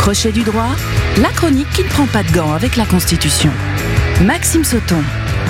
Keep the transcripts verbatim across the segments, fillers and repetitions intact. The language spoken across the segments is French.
Crochet du droit, la chronique qui ne prend pas de gants avec la Constitution. Maxime Sauton.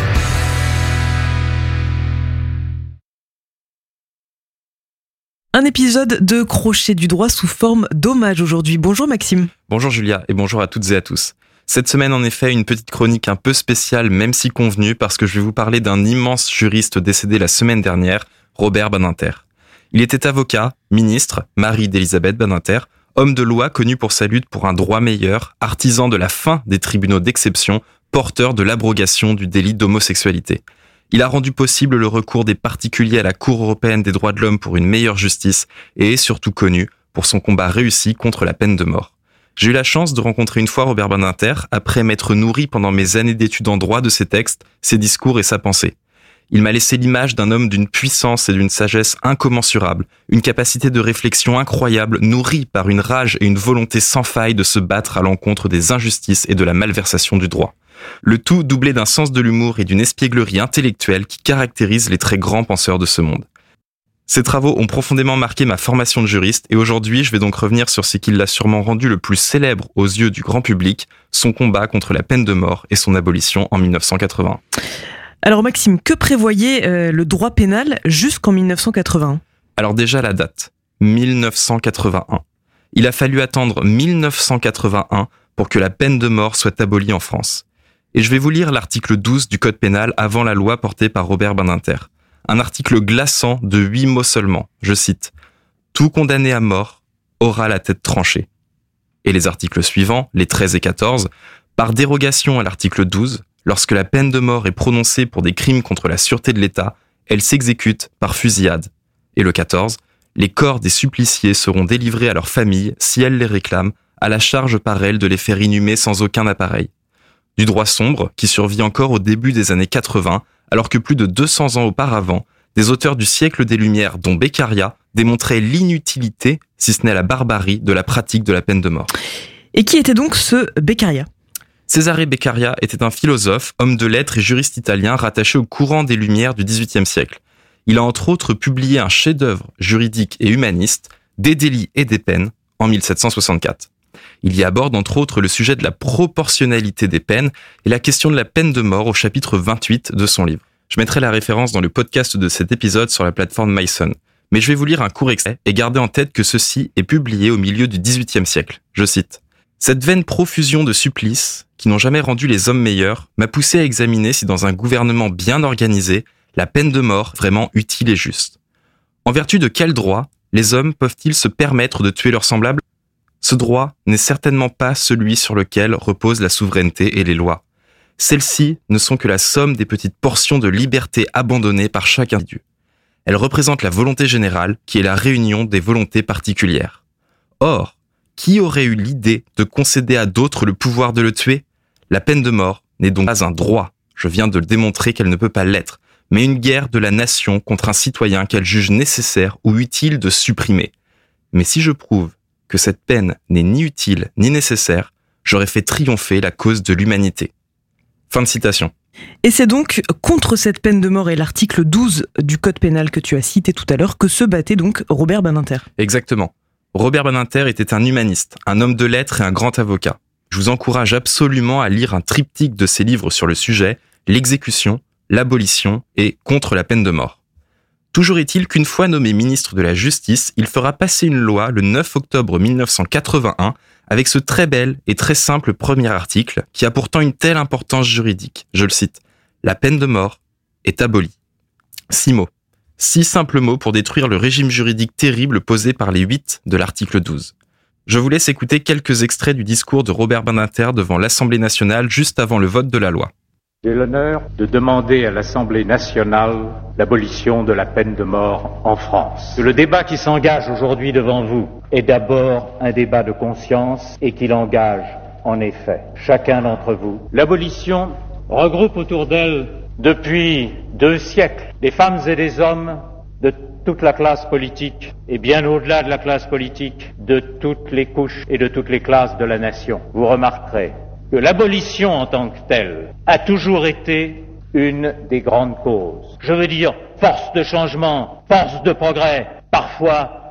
Un épisode de Crochet du droit sous forme d'hommage aujourd'hui. Bonjour Maxime. Bonjour Julia et bonjour à toutes et à tous. Cette semaine en effet une petite chronique un peu spéciale même si convenue parce que je vais vous parler d'un immense juriste décédé la semaine dernière, Robert Badinter. Il était avocat, ministre, mari d'Élisabeth Badinter, homme de loi connu pour sa lutte pour un droit meilleur, artisan de la fin des tribunaux d'exception, porteur de l'abrogation du délit d'homosexualité. Il a rendu possible le recours des particuliers à la Cour européenne des droits de l'homme pour une meilleure justice et est surtout connu pour son combat réussi contre la peine de mort. J'ai eu la chance de rencontrer une fois Robert Badinter après m'être nourri pendant mes années d'études en droit de ses textes, ses discours et sa pensée. Il m'a laissé l'image d'un homme d'une puissance et d'une sagesse incommensurables, une capacité de réflexion incroyable, nourrie par une rage et une volonté sans faille de se battre à l'encontre des injustices et de la malversation du droit. Le tout doublé d'un sens de l'humour et d'une espièglerie intellectuelle qui caractérisent les très grands penseurs de ce monde. Ces travaux ont profondément marqué ma formation de juriste et aujourd'hui je vais donc revenir sur ce qui l'a sûrement rendu le plus célèbre aux yeux du grand public, son combat contre la peine de mort et son abolition en dix-neuf cent quatre-vingt-un. Alors Maxime, que prévoyait euh, le droit pénal jusqu'en dix-neuf cent quatre-vingt-un ? Alors déjà la date, dix-neuf cent quatre-vingt-un. Il a fallu attendre dix-neuf cent quatre-vingt-un pour que la peine de mort soit abolie en France. Et je vais vous lire l'article douze du Code pénal avant la loi portée par Robert Badinter. Un article glaçant de huit mots seulement. Je cite « Tout condamné à mort aura la tête tranchée ». Et les articles suivants, les treize et quatorze, par dérogation à l'article douze, lorsque la peine de mort est prononcée pour des crimes contre la sûreté de l'État, elle s'exécute par fusillade. Et le quatorze, les corps des suppliciés seront délivrés à leurs familles, si elles les réclament, à la charge par elles de les faire inhumer sans aucun appareil. Du droit sombre, qui survit encore au début des années quatre-vingt, alors que plus de deux cents ans auparavant, des auteurs du siècle des Lumières, dont Beccaria, démontraient l'inutilité, si ce n'est la barbarie, de la pratique de la peine de mort. Et qui était donc ce Beccaria ? Cesare Beccaria était un philosophe, homme de lettres et juriste italien rattaché au courant des Lumières du dix-huitième siècle. Il a entre autres publié un chef-d'œuvre juridique et humaniste, Des délits et des peines, en mille sept cent soixante-quatre. Il y aborde entre autres le sujet de la proportionnalité des peines et la question de la peine de mort au chapitre vingt-huit de son livre. Je mettrai la référence dans le podcast de cet épisode sur la plateforme myson. Mais je vais vous lire un court extrait et garder en tête que ceci est publié au milieu du dix-huitième siècle. Je cite « Cette vaine profusion de supplices, qui n'ont jamais rendu les hommes meilleurs, m'a poussé à examiner si dans un gouvernement bien organisé, la peine de mort est vraiment utile et juste. En vertu de quel droit les hommes peuvent-ils se permettre de tuer leurs semblables ? Ce droit n'est certainement pas celui sur lequel reposent la souveraineté et les lois. Celles-ci ne sont que la somme des petites portions de liberté abandonnées par chaque individu. Elles représentent la volonté générale qui est la réunion des volontés particulières. Or, qui aurait eu l'idée de concéder à d'autres le pouvoir de le tuer ? La peine de mort n'est donc pas un droit, je viens de le démontrer qu'elle ne peut pas l'être, mais une guerre de la nation contre un citoyen qu'elle juge nécessaire ou utile de supprimer. Mais si je prouve que cette peine n'est ni utile ni nécessaire, j'aurais fait triompher la cause de l'humanité. » Fin de citation. Et c'est donc contre cette peine de mort et l'article douze du Code pénal que tu as cité tout à l'heure que se battait donc Robert Badinter. Exactement. Robert Badinter était un humaniste, un homme de lettres et un grand avocat. Je vous encourage absolument à lire un triptyque de ses livres sur le sujet, l'exécution, l'abolition et contre la peine de mort. Toujours est-il qu'une fois nommé ministre de la Justice, il fera passer une loi le neuf octobre dix-neuf cent quatre-vingt-un avec ce très bel et très simple premier article qui a pourtant une telle importance juridique. Je le cite. « La peine de mort est abolie. » Six mots. Six simples mots pour détruire le régime juridique terrible posé par les huit de l'article douze. Je vous laisse écouter quelques extraits du discours de Robert Badinter devant l'Assemblée nationale juste avant le vote de la loi. J'ai l'honneur de demander à l'Assemblée nationale l'abolition de la peine de mort en France. Le débat qui s'engage aujourd'hui devant vous est d'abord un débat de conscience et qu'il engage, en effet, chacun d'entre vous. L'abolition regroupe autour d'elle, depuis deux siècles, des femmes et des hommes de toute la classe politique et bien au-delà de la classe politique, de toutes les couches et de toutes les classes de la nation. Vous remarquerez que l'abolition en tant que telle a toujours été une des grandes causes. Je veux dire, force de changement, force de progrès, parfois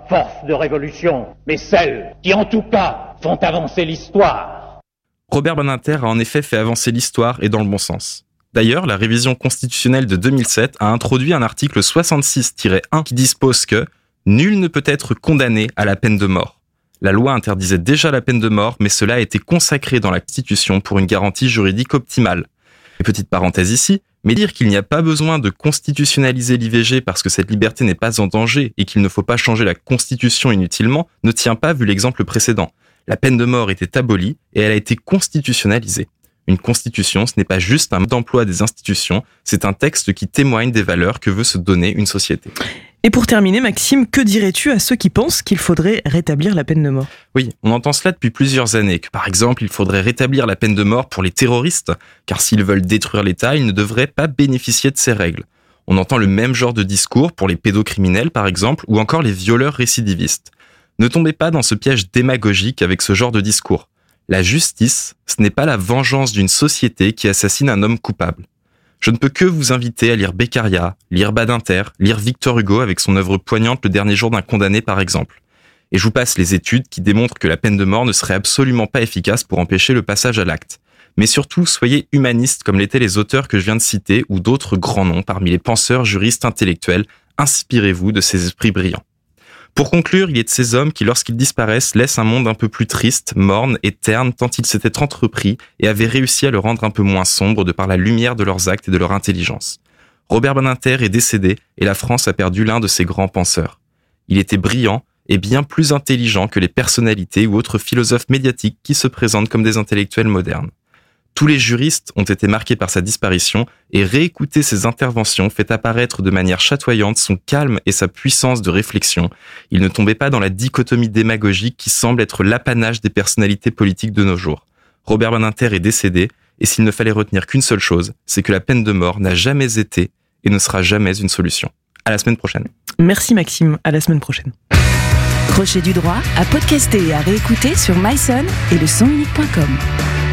forces de révolution, mais celles qui, en tout cas, font avancer l'histoire. Robert Badinter a en effet fait avancer l'histoire et dans le bon sens. D'ailleurs, la révision constitutionnelle de deux mille sept a introduit un article soixante-six tiret un qui dispose que « Nul ne peut être condamné à la peine de mort ». La loi interdisait déjà la peine de mort, mais cela a été consacré dans la Constitution pour une garantie juridique optimale. Et petite parenthèse ici, mais dire qu'il n'y a pas besoin de constitutionnaliser l'I V G parce que cette liberté n'est pas en danger et qu'il ne faut pas changer la Constitution inutilement ne tient pas vu l'exemple précédent. La peine de mort était abolie et elle a été constitutionnalisée. Une constitution, ce n'est pas juste un mode d'emploi des institutions, c'est un texte qui témoigne des valeurs que veut se donner une société. Et pour terminer, Maxime, que dirais-tu à ceux qui pensent qu'il faudrait rétablir la peine de mort ? Oui, on entend cela depuis plusieurs années, que par exemple, il faudrait rétablir la peine de mort pour les terroristes, car s'ils veulent détruire l'État, ils ne devraient pas bénéficier de ces règles. On entend le même genre de discours pour les pédocriminels, par exemple, ou encore les violeurs récidivistes. Ne tombez pas dans ce piège démagogique avec ce genre de discours. La justice, ce n'est pas la vengeance d'une société qui assassine un homme coupable. Je ne peux que vous inviter à lire Beccaria, lire Badinter, lire Victor Hugo avec son œuvre poignante Le dernier jour d'un condamné par exemple. Et je vous passe les études qui démontrent que la peine de mort ne serait absolument pas efficace pour empêcher le passage à l'acte. Mais surtout, soyez humanistes comme l'étaient les auteurs que je viens de citer ou d'autres grands noms parmi les penseurs, juristes, intellectuels. Inspirez-vous de ces esprits brillants. Pour conclure, il est de ces hommes qui, lorsqu'ils disparaissent, laissent un monde un peu plus triste, morne et terne tant ils s'étaient entrepris et avaient réussi à le rendre un peu moins sombre de par la lumière de leurs actes et de leur intelligence. Robert Badinter est décédé et la France a perdu l'un de ses grands penseurs. Il était brillant et bien plus intelligent que les personnalités ou autres philosophes médiatiques qui se présentent comme des intellectuels modernes. Tous les juristes ont été marqués par sa disparition et réécouter ses interventions fait apparaître de manière chatoyante son calme et sa puissance de réflexion. Il ne tombait pas dans la dichotomie démagogique qui semble être l'apanage des personnalités politiques de nos jours. Robert Badinter est décédé et s'il ne fallait retenir qu'une seule chose, c'est que la peine de mort n'a jamais été et ne sera jamais une solution. À la semaine prochaine. Merci Maxime, à la semaine prochaine. Crochet du droit à podcaster et à réécouter sur myson et le son unique point com.